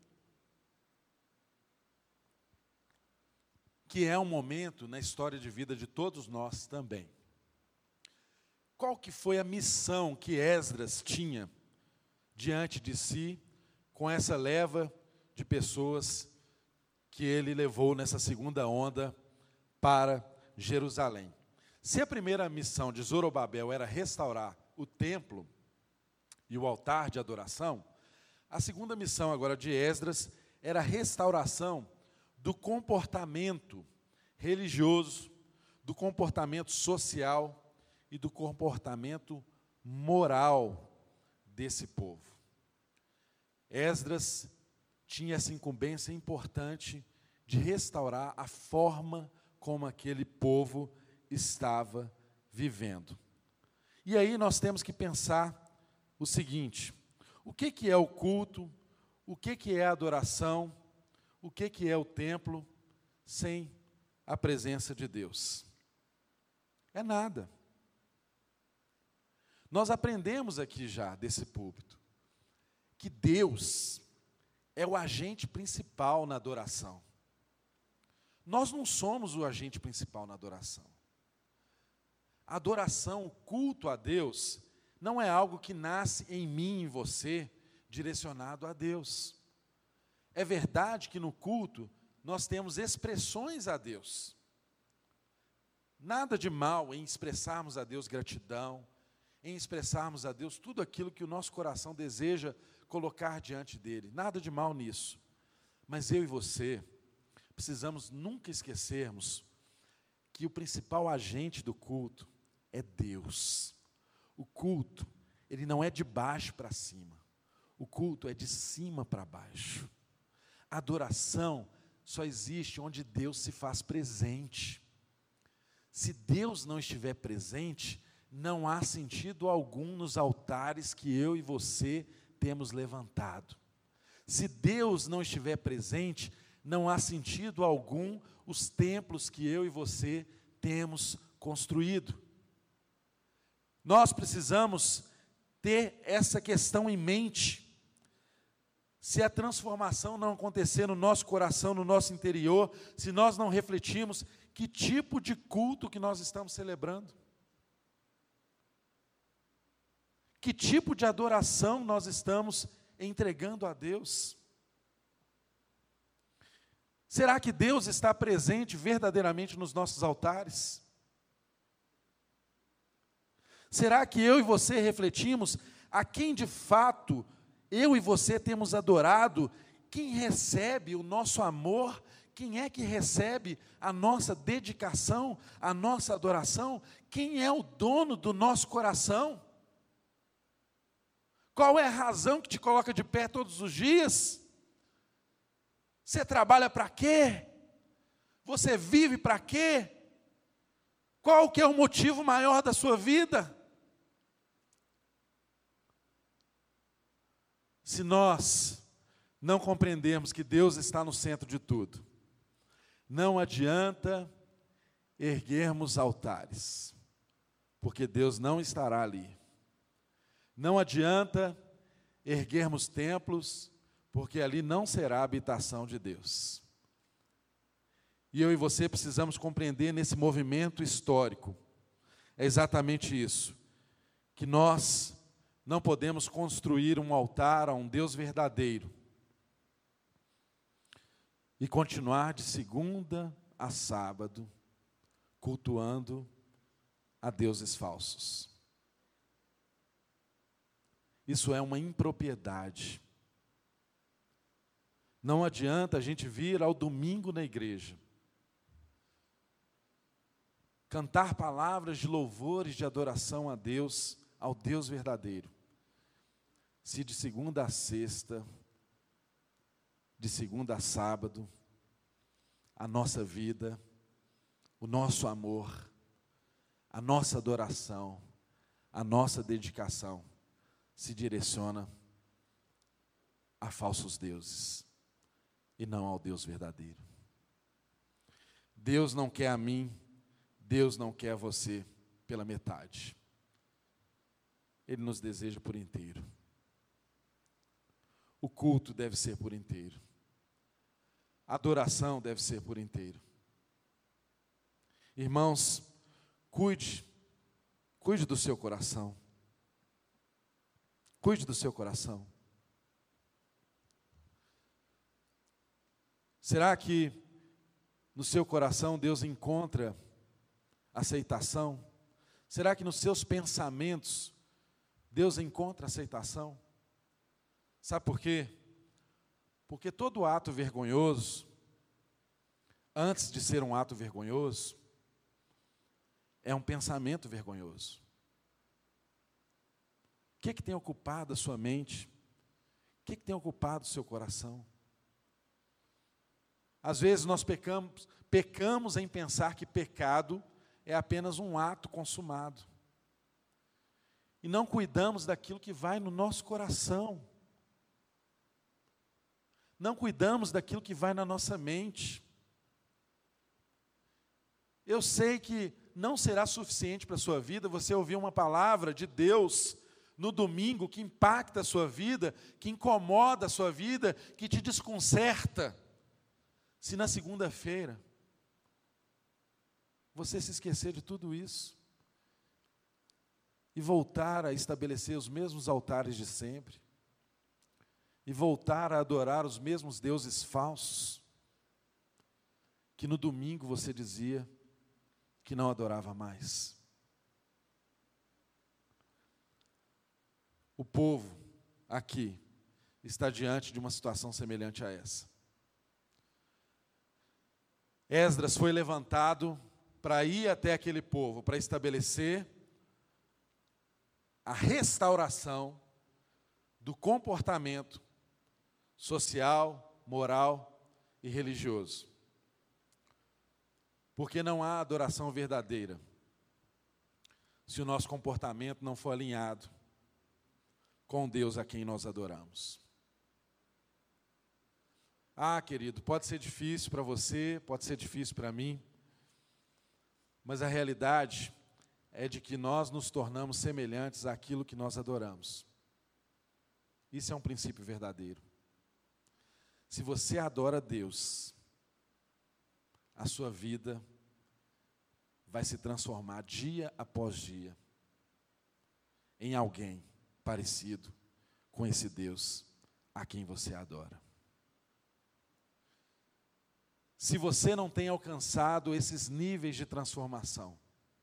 que é um momento na história de vida de todos nós também. Qual que foi a missão que Esdras tinha diante de si com essa leva de pessoas que ele levou nessa segunda onda para Jerusalém? Se a primeira missão de Zorobabel era restaurar o templo e o altar de adoração, a segunda missão agora de Esdras era a restauração do comportamento religioso, do comportamento social e do comportamento moral desse povo. Esdras tinha essa incumbência importante de restaurar a forma como aquele povo estava vivendo. E aí nós temos que pensar o seguinte: o que é o culto, o que é a adoração, o que é o templo sem a presença de Deus? É nada. Nós aprendemos aqui já desse púlpito que Deus é o agente principal na adoração. Nós não somos o agente principal na adoração. A adoração, o culto a Deus, não é algo que nasce em mim e em você, direcionado a Deus. É verdade que no culto nós temos expressões a Deus. Nada de mal em expressarmos a Deus gratidão, em expressarmos a Deus tudo aquilo que o nosso coração deseja colocar diante dele. Nada de mal nisso. Mas eu e você precisamos nunca esquecermos que o principal agente do culto é Deus. O culto, ele não é de baixo para cima. O culto é de cima para baixo. A adoração só existe onde Deus se faz presente. Se Deus não estiver presente, não há sentido algum nos altares que eu e você temos levantado. Se Deus não estiver presente, não há sentido algum os templos que eu e você temos construído. Nós precisamos ter essa questão em mente. Se a transformação não acontecer no nosso coração, no nosso interior, se nós não refletirmos que tipo de culto que nós estamos celebrando, que tipo de adoração nós estamos entregando a Deus? Será que Deus está presente verdadeiramente nos nossos altares? Será que eu e você refletimos a quem de fato eu e você temos adorado? Quem recebe o nosso amor? Quem é que recebe a nossa dedicação, a nossa adoração? Quem é o dono do nosso coração? Qual é a razão que te coloca de pé todos os dias? Você trabalha para quê? Você vive para quê? Qual que é o motivo maior da sua vida? Se nós não compreendermos que Deus está no centro de tudo, não adianta erguermos altares, porque Deus não estará ali. Não adianta erguermos templos, porque ali não será a habitação de Deus. E eu e você precisamos compreender nesse movimento histórico, é exatamente isso, que nós não podemos construir um altar a um Deus verdadeiro e continuar de segunda a sábado cultuando a deuses falsos. Isso é uma impropriedade. Não adianta a gente vir ao domingo na igreja, cantar palavras de louvor e de adoração a Deus, ao Deus verdadeiro, se de segunda a sexta, de segunda a sábado, a nossa vida, o nosso amor, a nossa adoração, a nossa dedicação se direciona a falsos deuses e não ao Deus verdadeiro. Deus não quer a mim, Deus não quer a você pela metade. Ele nos deseja por inteiro. O culto deve ser por inteiro. A adoração deve ser por inteiro. Irmãos, cuide do seu coração. Cuide do seu coração. Será que no seu coração Deus encontra aceitação? Será que nos seus pensamentos Deus encontra aceitação? Sabe por quê? Porque todo ato vergonhoso, antes de ser um ato vergonhoso, é um pensamento vergonhoso. O que tem ocupado a sua mente? O que tem ocupado o seu coração? Às vezes nós pecamos em pensar que pecado é apenas um ato consumado. E não cuidamos daquilo que vai no nosso coração. Não cuidamos daquilo que vai na nossa mente. Eu sei que não será suficiente para a sua vida você ouvir uma palavra de Deus no domingo que impacta a sua vida, que incomoda a sua vida, que te desconcerta. Se na segunda-feira você se esquecer de tudo isso e voltar a estabelecer os mesmos altares de sempre, e voltar a adorar os mesmos deuses falsos, que no domingo você dizia que não adorava mais. O povo aqui está diante de uma situação semelhante a essa. Esdras foi levantado para ir até aquele povo, para estabelecer a restauração do comportamento social, moral e religioso. Porque não há adoração verdadeira se o nosso comportamento não for alinhado com Deus a quem nós adoramos. Ah, querido, pode ser difícil para você, pode ser difícil para mim, mas a realidade é de que nós nos tornamos semelhantes àquilo que nós adoramos. Isso é um princípio verdadeiro. Se você adora Deus, a sua vida vai se transformar dia após dia em alguém parecido com esse Deus a quem você adora. Se você não tem alcançado esses níveis de transformação,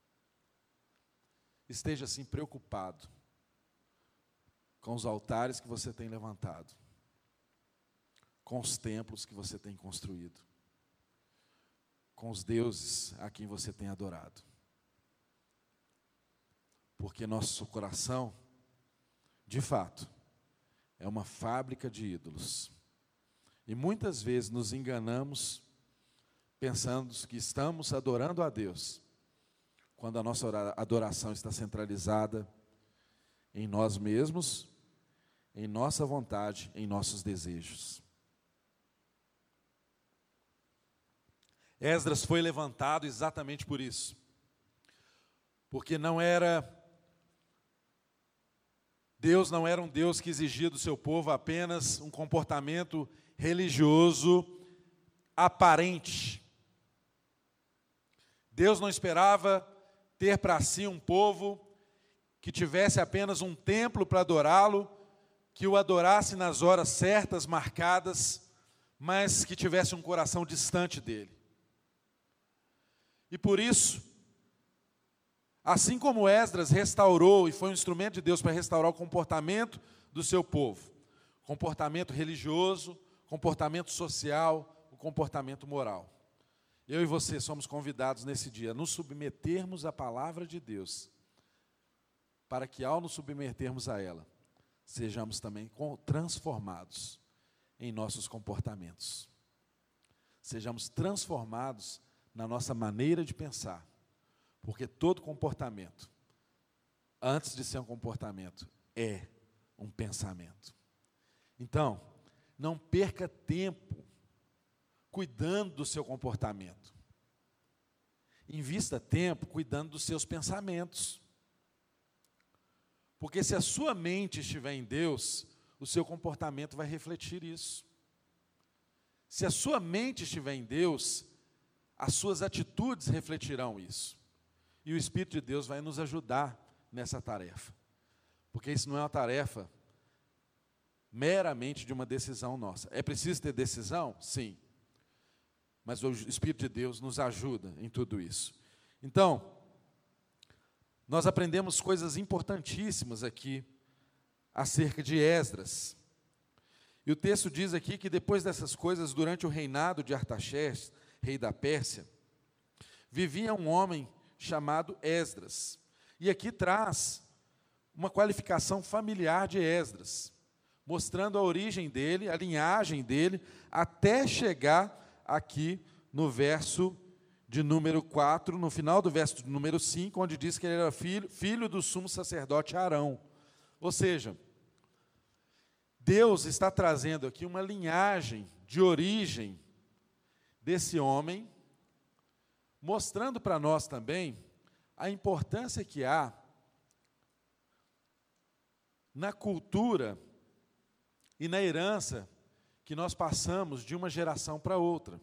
esteja assim preocupado com os altares que você tem levantado, com os templos que você tem construído, com os deuses a quem você tem adorado. Porque nosso coração, de fato, é uma fábrica de ídolos. E muitas vezes nos enganamos pensando que estamos adorando a Deus, quando a nossa adoração está centralizada em nós mesmos, em nossa vontade, em nossos desejos. Esdras foi levantado exatamente por isso, porque Deus não era um Deus que exigia do seu povo apenas um comportamento religioso aparente. Deus não esperava ter para si um povo que tivesse apenas um templo para adorá-lo, que o adorasse nas horas certas, marcadas, mas que tivesse um coração distante dele. E por isso, Assim como Esdras restaurou e foi um instrumento de Deus para restaurar o comportamento do seu povo, comportamento religioso, comportamento social, o comportamento moral. Eu e você somos convidados nesse dia a nos submetermos à palavra de Deus, para que ao nos submetermos a ela, sejamos também transformados em nossos comportamentos. Sejamos transformados na nossa maneira de pensar, porque todo comportamento, antes de ser um comportamento, é um pensamento. Então, não perca tempo cuidando do seu comportamento. Invista tempo cuidando dos seus pensamentos. Porque se a sua mente estiver em Deus, o seu comportamento vai refletir isso. Se a sua mente estiver em Deus, as suas atitudes refletirão isso. E o Espírito de Deus vai nos ajudar nessa tarefa. Porque isso não é uma tarefa meramente de uma decisão nossa. É preciso ter decisão? Sim. Mas o Espírito de Deus nos ajuda em tudo isso. Então, nós aprendemos coisas importantíssimas aqui acerca de Esdras. E o texto diz aqui que depois dessas coisas, durante o reinado de Artaxerxes, rei da Pérsia, vivia um homem chamado Esdras. E aqui traz uma qualificação familiar de Esdras, mostrando a origem dele, a linhagem dele, até chegar aqui no verso de número 4, no final do verso de número 5, onde diz que ele era filho do sumo sacerdote Arão. Ou seja, Deus está trazendo aqui uma linhagem de origem desse homem, mostrando para nós também a importância que há na cultura e na herança que nós passamos de uma geração para outra.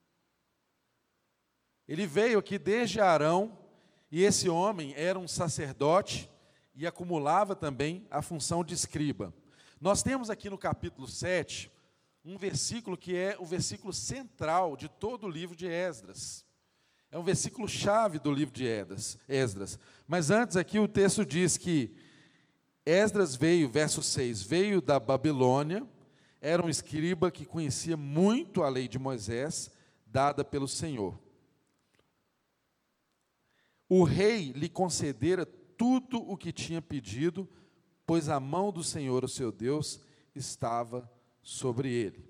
Ele veio aqui desde Arão, e esse homem era um sacerdote e acumulava também a função de escriba. Nós temos aqui no capítulo 7, um versículo que é o versículo central de todo o livro de Esdras. É um versículo chave do livro de Esdras. Mas antes aqui o texto diz que Esdras veio, verso 6, veio da Babilônia, era um escriba que conhecia muito a lei de Moisés, dada pelo Senhor. O rei lhe concedera tudo o que tinha pedido, pois a mão do Senhor, o seu Deus, estava sobre ele.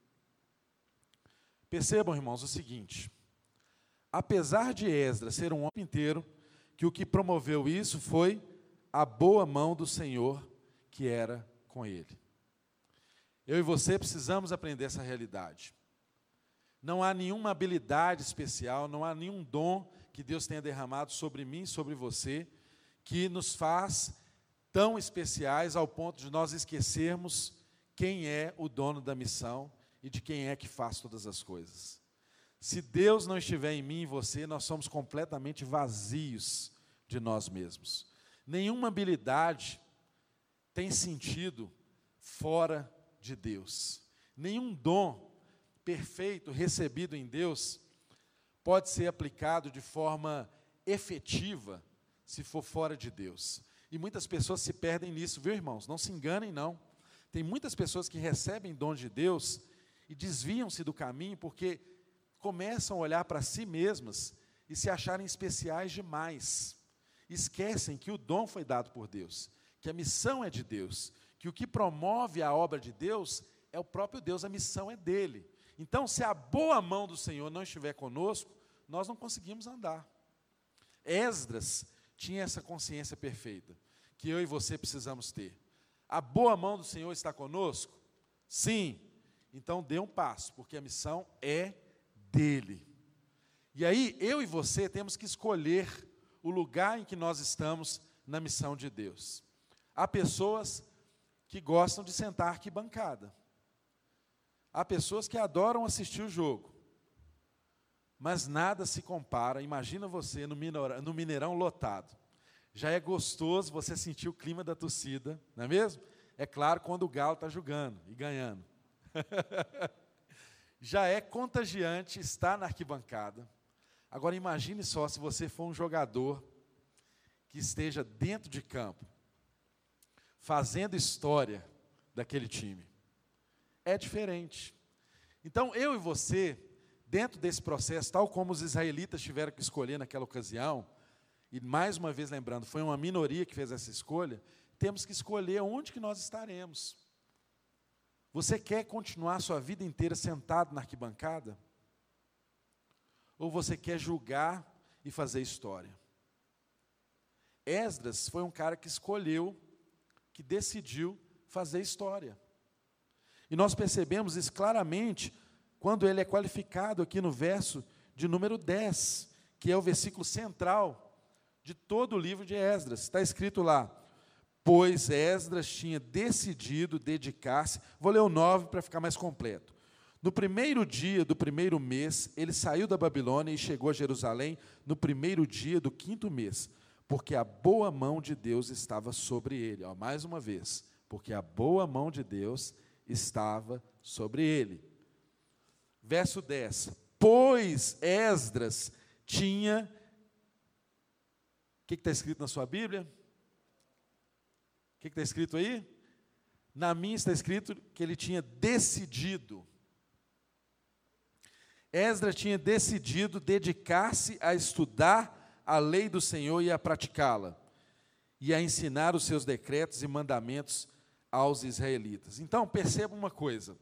Percebam, irmãos, o seguinte: apesar de Esdras ser um homem inteiro, que o que promoveu isso foi a boa mão do Senhor que era com ele. Eu e você precisamos aprender essa realidade. Não há nenhuma habilidade especial, não há nenhum dom que Deus tenha derramado sobre mim e sobre você, que nos faz tão especiais ao ponto de nós esquecermos quem é o dono da missão e de quem é que faz todas as coisas. Se Deus não estiver em mim e você, nós somos completamente vazios de nós mesmos. Nenhuma habilidade tem sentido fora de Deus. Nenhum dom perfeito recebido em Deus pode ser aplicado de forma efetiva se for fora de Deus. E muitas pessoas se perdem nisso, viu, irmãos? Não se enganem, não. Tem muitas pessoas que recebem dom de Deus e desviam-se do caminho porque começam a olhar para si mesmas e se acharem especiais demais. Esquecem que o dom foi dado por Deus, que a missão é de Deus, que o que promove a obra de Deus é o próprio Deus, a missão é dele. Então, se a boa mão do Senhor não estiver conosco, nós não conseguimos andar. Esdras tinha essa consciência perfeita, que eu e você precisamos ter. A boa mão do Senhor está conosco? Sim. Então, dê um passo, porque a missão é dele. E aí, eu e você temos que escolher o lugar em que nós estamos na missão de Deus. Há pessoas que gostam de sentar arquibancada. Há pessoas que adoram assistir o jogo. Mas nada se compara, imagina você no Mineirão lotado. Já é gostoso você sentir o clima da torcida, não é mesmo? É claro, quando o Galo está jogando e ganhando. Já é contagiante estar na arquibancada. Agora imagine só se você for um jogador que esteja dentro de campo, fazendo história daquele time. É diferente. Então, eu e você, dentro desse processo, tal como os israelitas tiveram que escolher naquela ocasião, e mais uma vez lembrando, foi uma minoria que fez essa escolha, temos que escolher onde que nós estaremos. Você quer continuar a sua vida inteira sentado na arquibancada? Ou você quer julgar e fazer história? Esdras foi um cara que escolheu, que decidiu fazer história. E nós percebemos isso claramente quando ele é qualificado aqui no verso de número 10, que é o versículo central de todo o livro de Esdras. Está escrito lá: pois Esdras tinha decidido dedicar-se. Vou ler o 9 para ficar mais completo. No primeiro dia do primeiro mês, ele saiu da Babilônia e chegou a Jerusalém no primeiro dia do 5º mês, porque a boa mão de Deus estava sobre ele. Ó, mais uma vez, porque a boa mão de Deus estava sobre ele. Verso 10. Pois Esdras tinha... O que está escrito na sua Bíblia? O que está escrito aí? Na minha está escrito que ele tinha decidido. Esdras tinha decidido dedicar-se a estudar a lei do Senhor e a praticá-la, e a ensinar os seus decretos e mandamentos aos israelitas. Então, perceba uma coisa.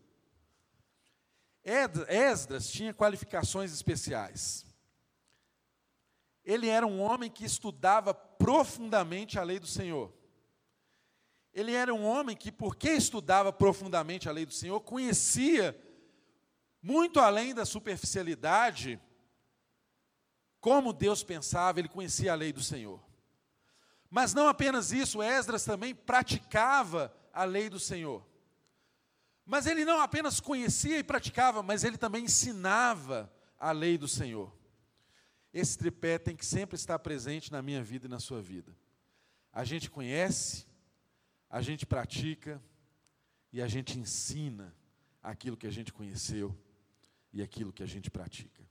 Esdras tinha qualificações especiais. Ele era um homem que estudava profundamente a lei do Senhor. Ele era um homem que, porque estudava profundamente a lei do Senhor, conhecia, muito além da superficialidade, como Deus pensava, ele conhecia a lei do Senhor. Mas não apenas isso, Esdras também praticava a lei do Senhor. Mas ele não apenas conhecia e praticava, mas ele também ensinava a lei do Senhor. Esse tripé tem que sempre estar presente na minha vida e na sua vida. A gente conhece, a gente pratica e a gente ensina aquilo que a gente conheceu e aquilo que a gente pratica.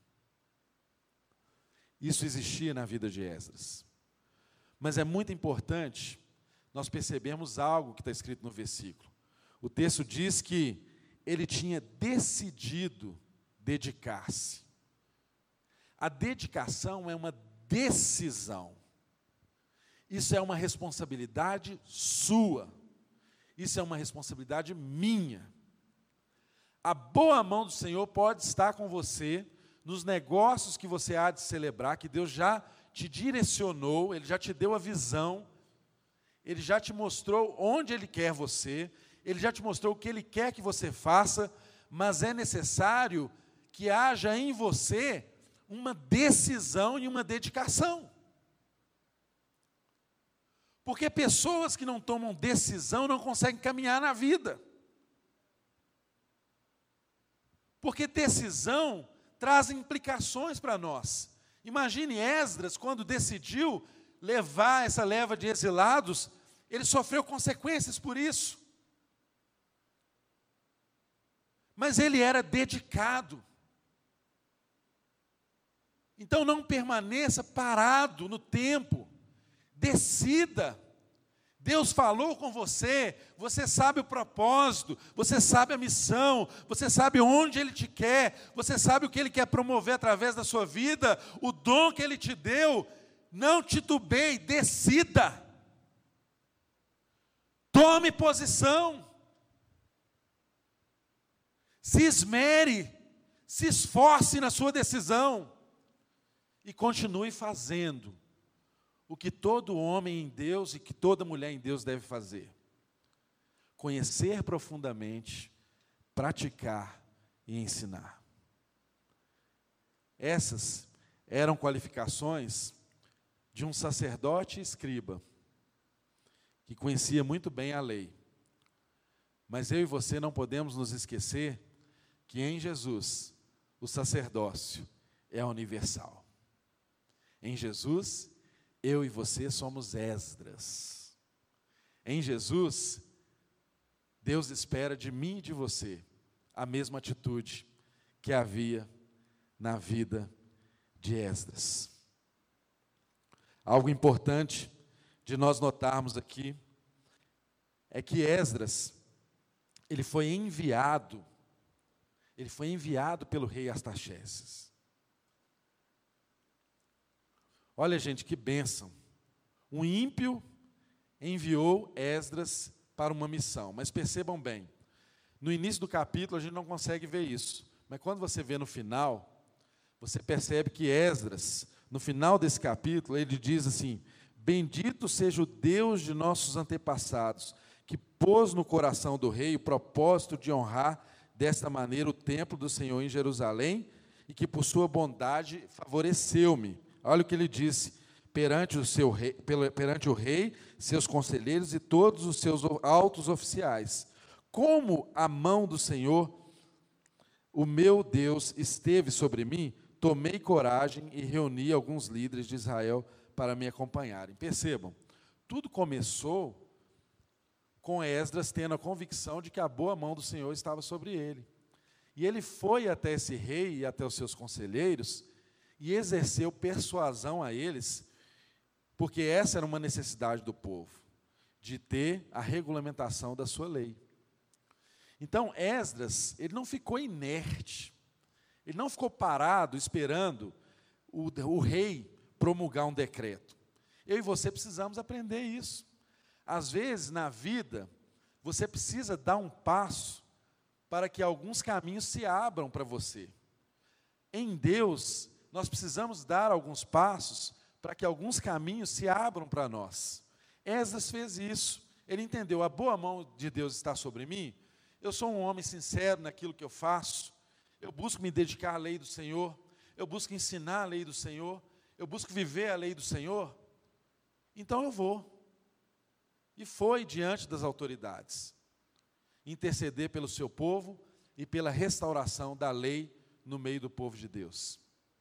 Isso existia na vida de Esdras. Mas é muito importante nós percebermos algo que está escrito no versículo. O texto diz que ele tinha decidido dedicar-se. A dedicação é uma decisão. Isso é uma responsabilidade sua. Isso é uma responsabilidade minha. A boa mão do Senhor pode estar com você nos negócios que você há de celebrar, que Deus já te direcionou, Ele já te deu a visão, Ele já te mostrou onde Ele quer você, Ele já te mostrou o que Ele quer que você faça, mas é necessário que haja em você uma decisão e uma dedicação. Porque pessoas que não tomam decisão não conseguem caminhar na vida. Porque decisão traz implicações para nós. Imagine Esdras, quando decidiu levar essa leva de exilados, ele sofreu consequências por isso. Mas ele era dedicado. Então não permaneça parado no tempo. Decida. Deus falou com você, você sabe o propósito, você sabe a missão, você sabe onde Ele te quer, você sabe o que Ele quer promover através da sua vida, o dom que Ele te deu. Não titubeie, decida. Tome posição. Se esmere, se esforce na sua decisão e continue fazendo o que todo homem em Deus e que toda mulher em Deus deve fazer: conhecer profundamente, praticar e ensinar. Essas eram qualificações de um sacerdote escriba, que conhecia muito bem a lei. Mas eu e você não podemos nos esquecer que em Jesus o sacerdócio é universal. Em Jesus, eu e você somos Esdras. Em Jesus, Deus espera de mim e de você a mesma atitude que havia na vida de Esdras. Algo importante de nós notarmos aqui é que Esdras, ele foi enviado pelo rei Artaxerxes. Olha, gente, que bênção. Um ímpio enviou Esdras para uma missão. Mas percebam bem, no início do capítulo a gente não consegue ver isso. Mas quando você vê no final, você percebe que Esdras, no final desse capítulo, ele diz assim: bendito seja o Deus de nossos antepassados, que pôs no coração do rei o propósito de honrar desta maneira o templo do Senhor em Jerusalém, e que por sua bondade favoreceu-me. Olha o que ele disse: perante o rei, seus conselheiros e todos os seus altos oficiais. Como a mão do Senhor, o meu Deus, esteve sobre mim, tomei coragem e reuni alguns líderes de Israel para me acompanharem. Percebam, tudo começou com Esdras tendo a convicção de que a boa mão do Senhor estava sobre ele. E ele foi até esse rei e até os seus conselheiros e exerceu persuasão a eles, porque essa era uma necessidade do povo, de ter a regulamentação da sua lei. Então, Esdras, ele não ficou inerte, ele não ficou parado esperando o rei promulgar um decreto. Eu e você precisamos aprender isso. Às vezes, na vida, você precisa dar um passo para que alguns caminhos se abram para você. Em Deus, nós precisamos dar alguns passos para que alguns caminhos se abram para nós. Esdras fez isso. Ele entendeu: a boa mão de Deus está sobre mim. Eu sou um homem sincero naquilo que eu faço. Eu busco me dedicar à lei do Senhor. Eu busco ensinar a lei do Senhor. Eu busco viver a lei do Senhor. Então eu vou. E foi diante das autoridades interceder pelo seu povo e pela restauração da lei no meio do povo de Deus.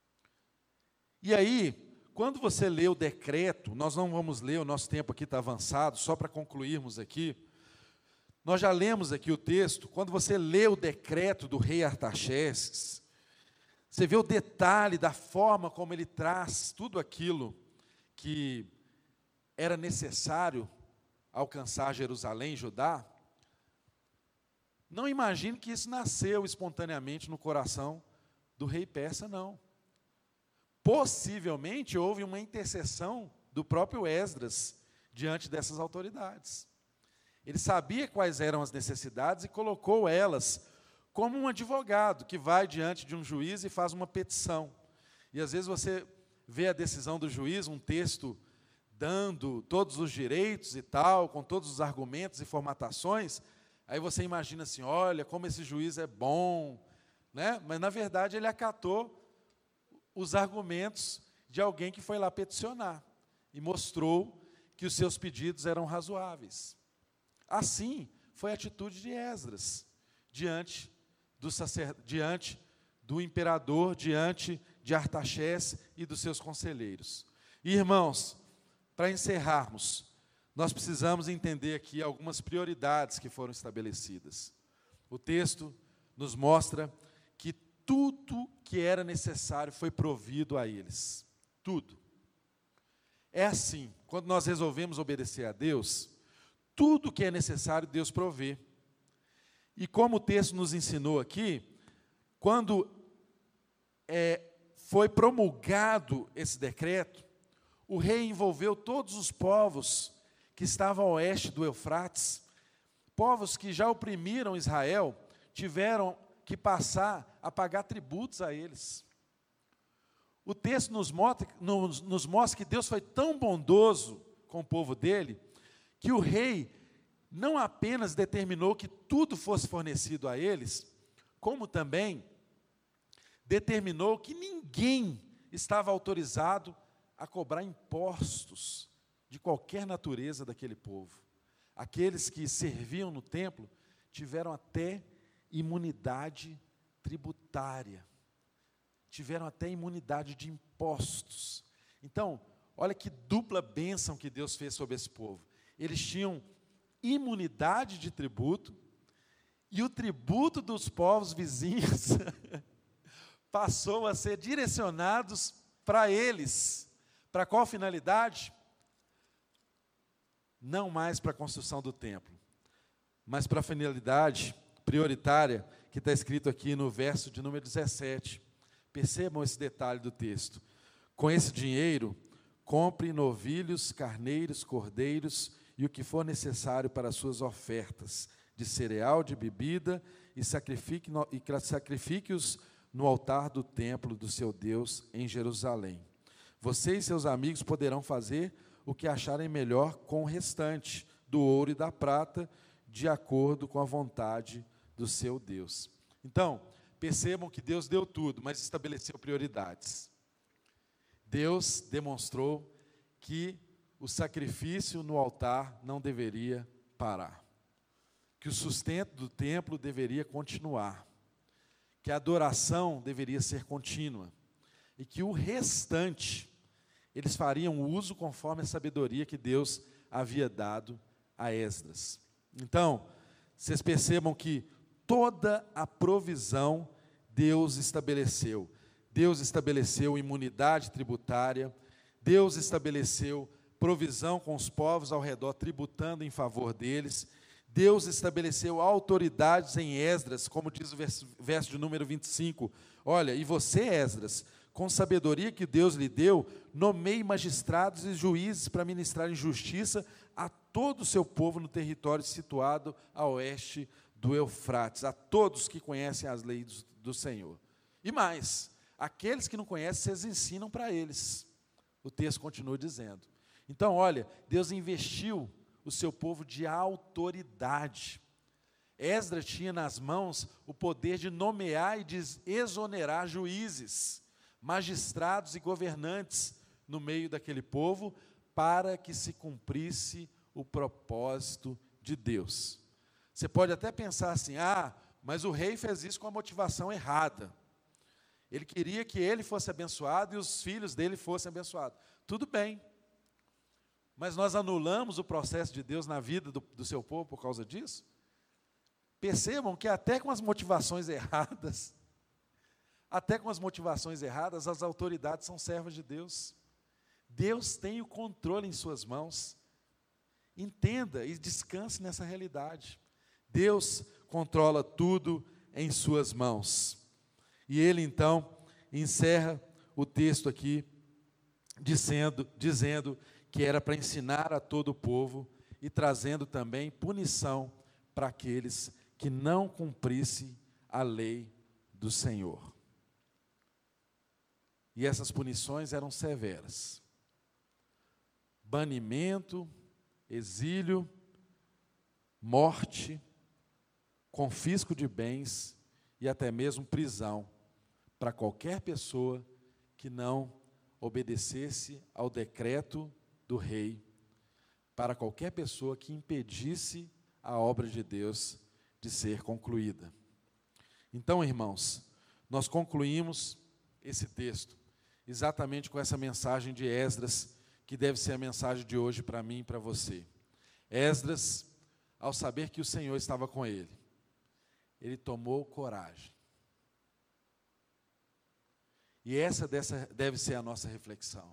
E aí, quando você lê o decreto, nós não vamos ler, o nosso tempo aqui está avançado, só para concluirmos aqui. Nós já lemos aqui o texto. Quando você lê o decreto do rei Artaxerxes, você vê o detalhe da forma como ele traz tudo aquilo que era necessário alcançar Jerusalém, Judá. Não imagine que isso nasceu espontaneamente no coração do rei persa, não. Possivelmente houve uma intercessão do próprio Esdras diante dessas autoridades. Ele sabia quais eram as necessidades e colocou elas como um advogado que vai diante de um juiz e faz uma petição. E às vezes você vê a decisão do juiz, um texto dando todos os direitos e tal, com todos os argumentos e formatações, aí você imagina assim: olha, como esse juiz é bom, né? Mas, na verdade, ele acatou os argumentos de alguém que foi lá peticionar e mostrou que os seus pedidos eram razoáveis. Assim foi a atitude de Esdras diante do imperador, diante de Artaxerxes e dos seus conselheiros. E, irmãos, para encerrarmos, nós precisamos entender aqui algumas prioridades que foram estabelecidas. O texto nos mostra que tudo que era necessário foi provido a eles. Tudo. É assim, quando nós resolvemos obedecer a Deus, tudo que é necessário Deus provê. E como o texto nos ensinou aqui, quando foi promulgado esse decreto, o rei envolveu todos os povos que estavam ao oeste do Eufrates, povos que já oprimiram Israel, tiveram que passar a pagar tributos a eles. O texto nos mostra que Deus foi tão bondoso com o povo dele, que o rei não apenas determinou que tudo fosse fornecido a eles, como também determinou que ninguém estava autorizado a cobrar impostos de qualquer natureza daquele povo. Aqueles que serviam no templo tiveram até imunidade tributária, tiveram até imunidade de impostos. Então, olha que dupla bênção que Deus fez sobre esse povo. Eles tinham imunidade de tributo, e o tributo dos povos vizinhos passou a ser direcionados para eles. Para qual finalidade? não mais para a construção do templo, mas para a finalidade prioritária que está escrito aqui no verso de número 17. Percebam esse detalhe do texto. Com esse dinheiro, compre novilhos, carneiros, cordeiros e o que for necessário para as suas ofertas, de cereal, de bebida, e sacrifique-os no altar do templo do seu Deus em Jerusalém. Você e seus amigos poderão fazer o que acharem melhor com o restante do ouro e da prata, de acordo com a vontade do seu Deus. Então, percebam que Deus deu tudo, mas estabeleceu prioridades. Deus demonstrou que o sacrifício no altar não deveria parar, que o sustento do templo deveria continuar, que a adoração deveria ser contínua, e que o restante eles fariam uso conforme a sabedoria que Deus havia dado a Esdras. Então, vocês percebam que toda a provisão Deus estabeleceu. Deus estabeleceu imunidade tributária, Deus estabeleceu provisão com os povos ao redor, tributando em favor deles. Deus estabeleceu autoridades em Esdras, como diz o verso de número 25. Olha, e você, Esdras, com sabedoria que Deus lhe deu, nomeie magistrados e juízes para ministrarem justiça a todo o seu povo no território situado a oeste do Eufrates, a todos que conhecem as leis do Senhor. E mais, aqueles que não conhecem, vocês ensinam para eles. O texto continua dizendo. Então, olha, Deus investiu o seu povo de autoridade. Esdras tinha nas mãos o poder de nomear e de exonerar juízes, magistrados e governantes no meio daquele povo, para que se cumprisse o propósito de Deus. Você pode até pensar assim, mas o rei fez isso com a motivação errada. Ele queria que ele fosse abençoado e os filhos dele fossem abençoados. Tudo bem, mas nós anulamos o processo de Deus na vida do seu povo por causa disso? Percebam que até com as motivações erradas, as autoridades são servas de Deus. Deus tem o controle em suas mãos. Entenda e descanse nessa realidade. Deus controla tudo em suas mãos. E ele, então, encerra o texto aqui, dizendo que era para ensinar a todo o povo e trazendo também punição para aqueles que não cumprissem a lei do Senhor. E essas punições eram severas. Banimento, exílio, morte, confisco de bens e até mesmo prisão para qualquer pessoa que não obedecesse ao decreto do rei, para qualquer pessoa que impedisse a obra de Deus de ser concluída. Então, irmãos, nós concluímos esse texto exatamente com essa mensagem de Esdras, que deve ser a mensagem de hoje para mim e para você. Esdras, ao saber que o Senhor estava com ele tomou coragem. E essa deve ser a nossa reflexão.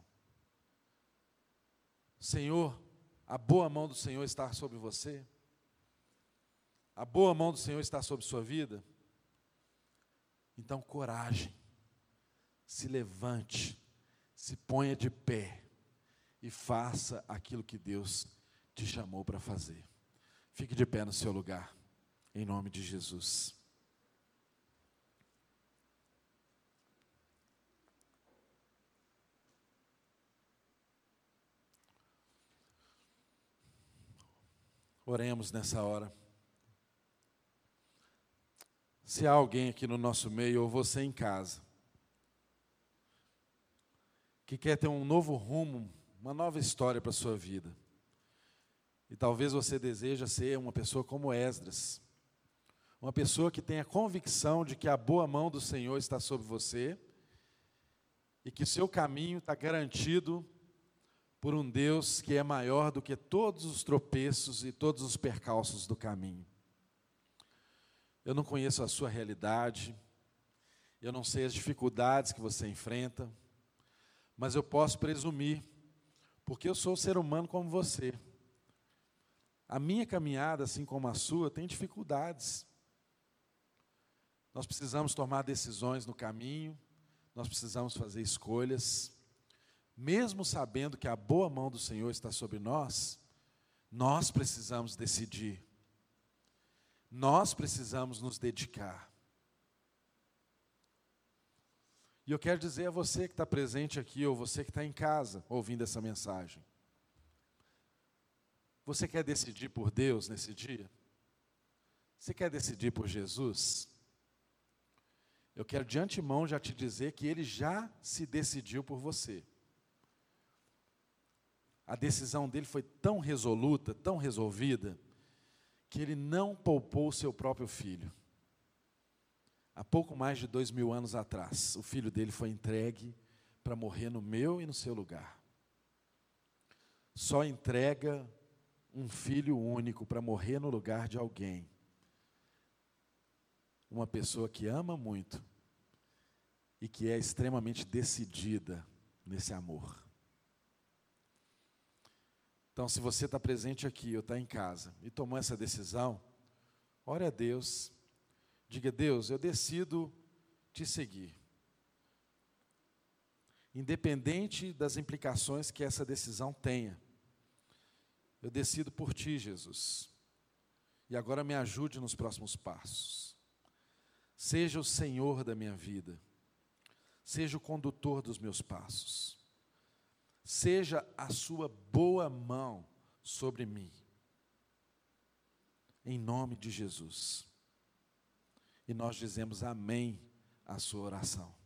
Senhor, a boa mão do Senhor está sobre você? A boa mão do Senhor está sobre sua vida? Então, coragem. Se levante, se ponha de pé e faça aquilo que Deus te chamou para fazer. Fique de pé no seu lugar, em nome de Jesus. Oremos nessa hora. Se há alguém aqui no nosso meio, ou você em casa, que quer ter um novo rumo, uma nova história para a sua vida, e talvez você deseja ser uma pessoa como Esdras, uma pessoa que tenha convicção de que a boa mão do Senhor está sobre você, e que o seu caminho está garantido por um Deus que é maior do que todos os tropeços e todos os percalços do caminho. Eu não conheço a sua realidade, eu não sei as dificuldades que você enfrenta, mas eu posso presumir, porque eu sou um ser humano como você, A minha caminhada, assim como a sua, tem dificuldades. Nós precisamos tomar decisões no caminho, nós precisamos fazer escolhas. Mesmo sabendo que a boa mão do Senhor está sobre nós, nós precisamos decidir. Nós precisamos nos dedicar. E eu quero dizer a você que está presente aqui, ou você que está em casa, ouvindo essa mensagem. Você quer decidir por Deus nesse dia? Você quer decidir por Jesus? Eu quero de antemão já te dizer que Ele já se decidiu por você. A decisão dele foi tão resoluta, tão resolvida, que Ele não poupou o seu próprio filho. Há pouco mais de 2000 anos atrás, o filho dele foi entregue para morrer no meu e no seu lugar. Só entrega um filho único para morrer no lugar de alguém. Uma pessoa que ama muito e que é extremamente decidida nesse amor. Então, se você está presente aqui ou está em casa e tomou essa decisão, ore a Deus. Diga: Deus, eu decido te seguir. Independente das implicações que essa decisão tenha, eu decido por ti, Jesus. E agora me ajude nos próximos passos. Seja o Senhor da minha vida. Seja o condutor dos meus passos. Seja a sua boa mão sobre mim. Em nome de Jesus. E nós dizemos amém à sua oração.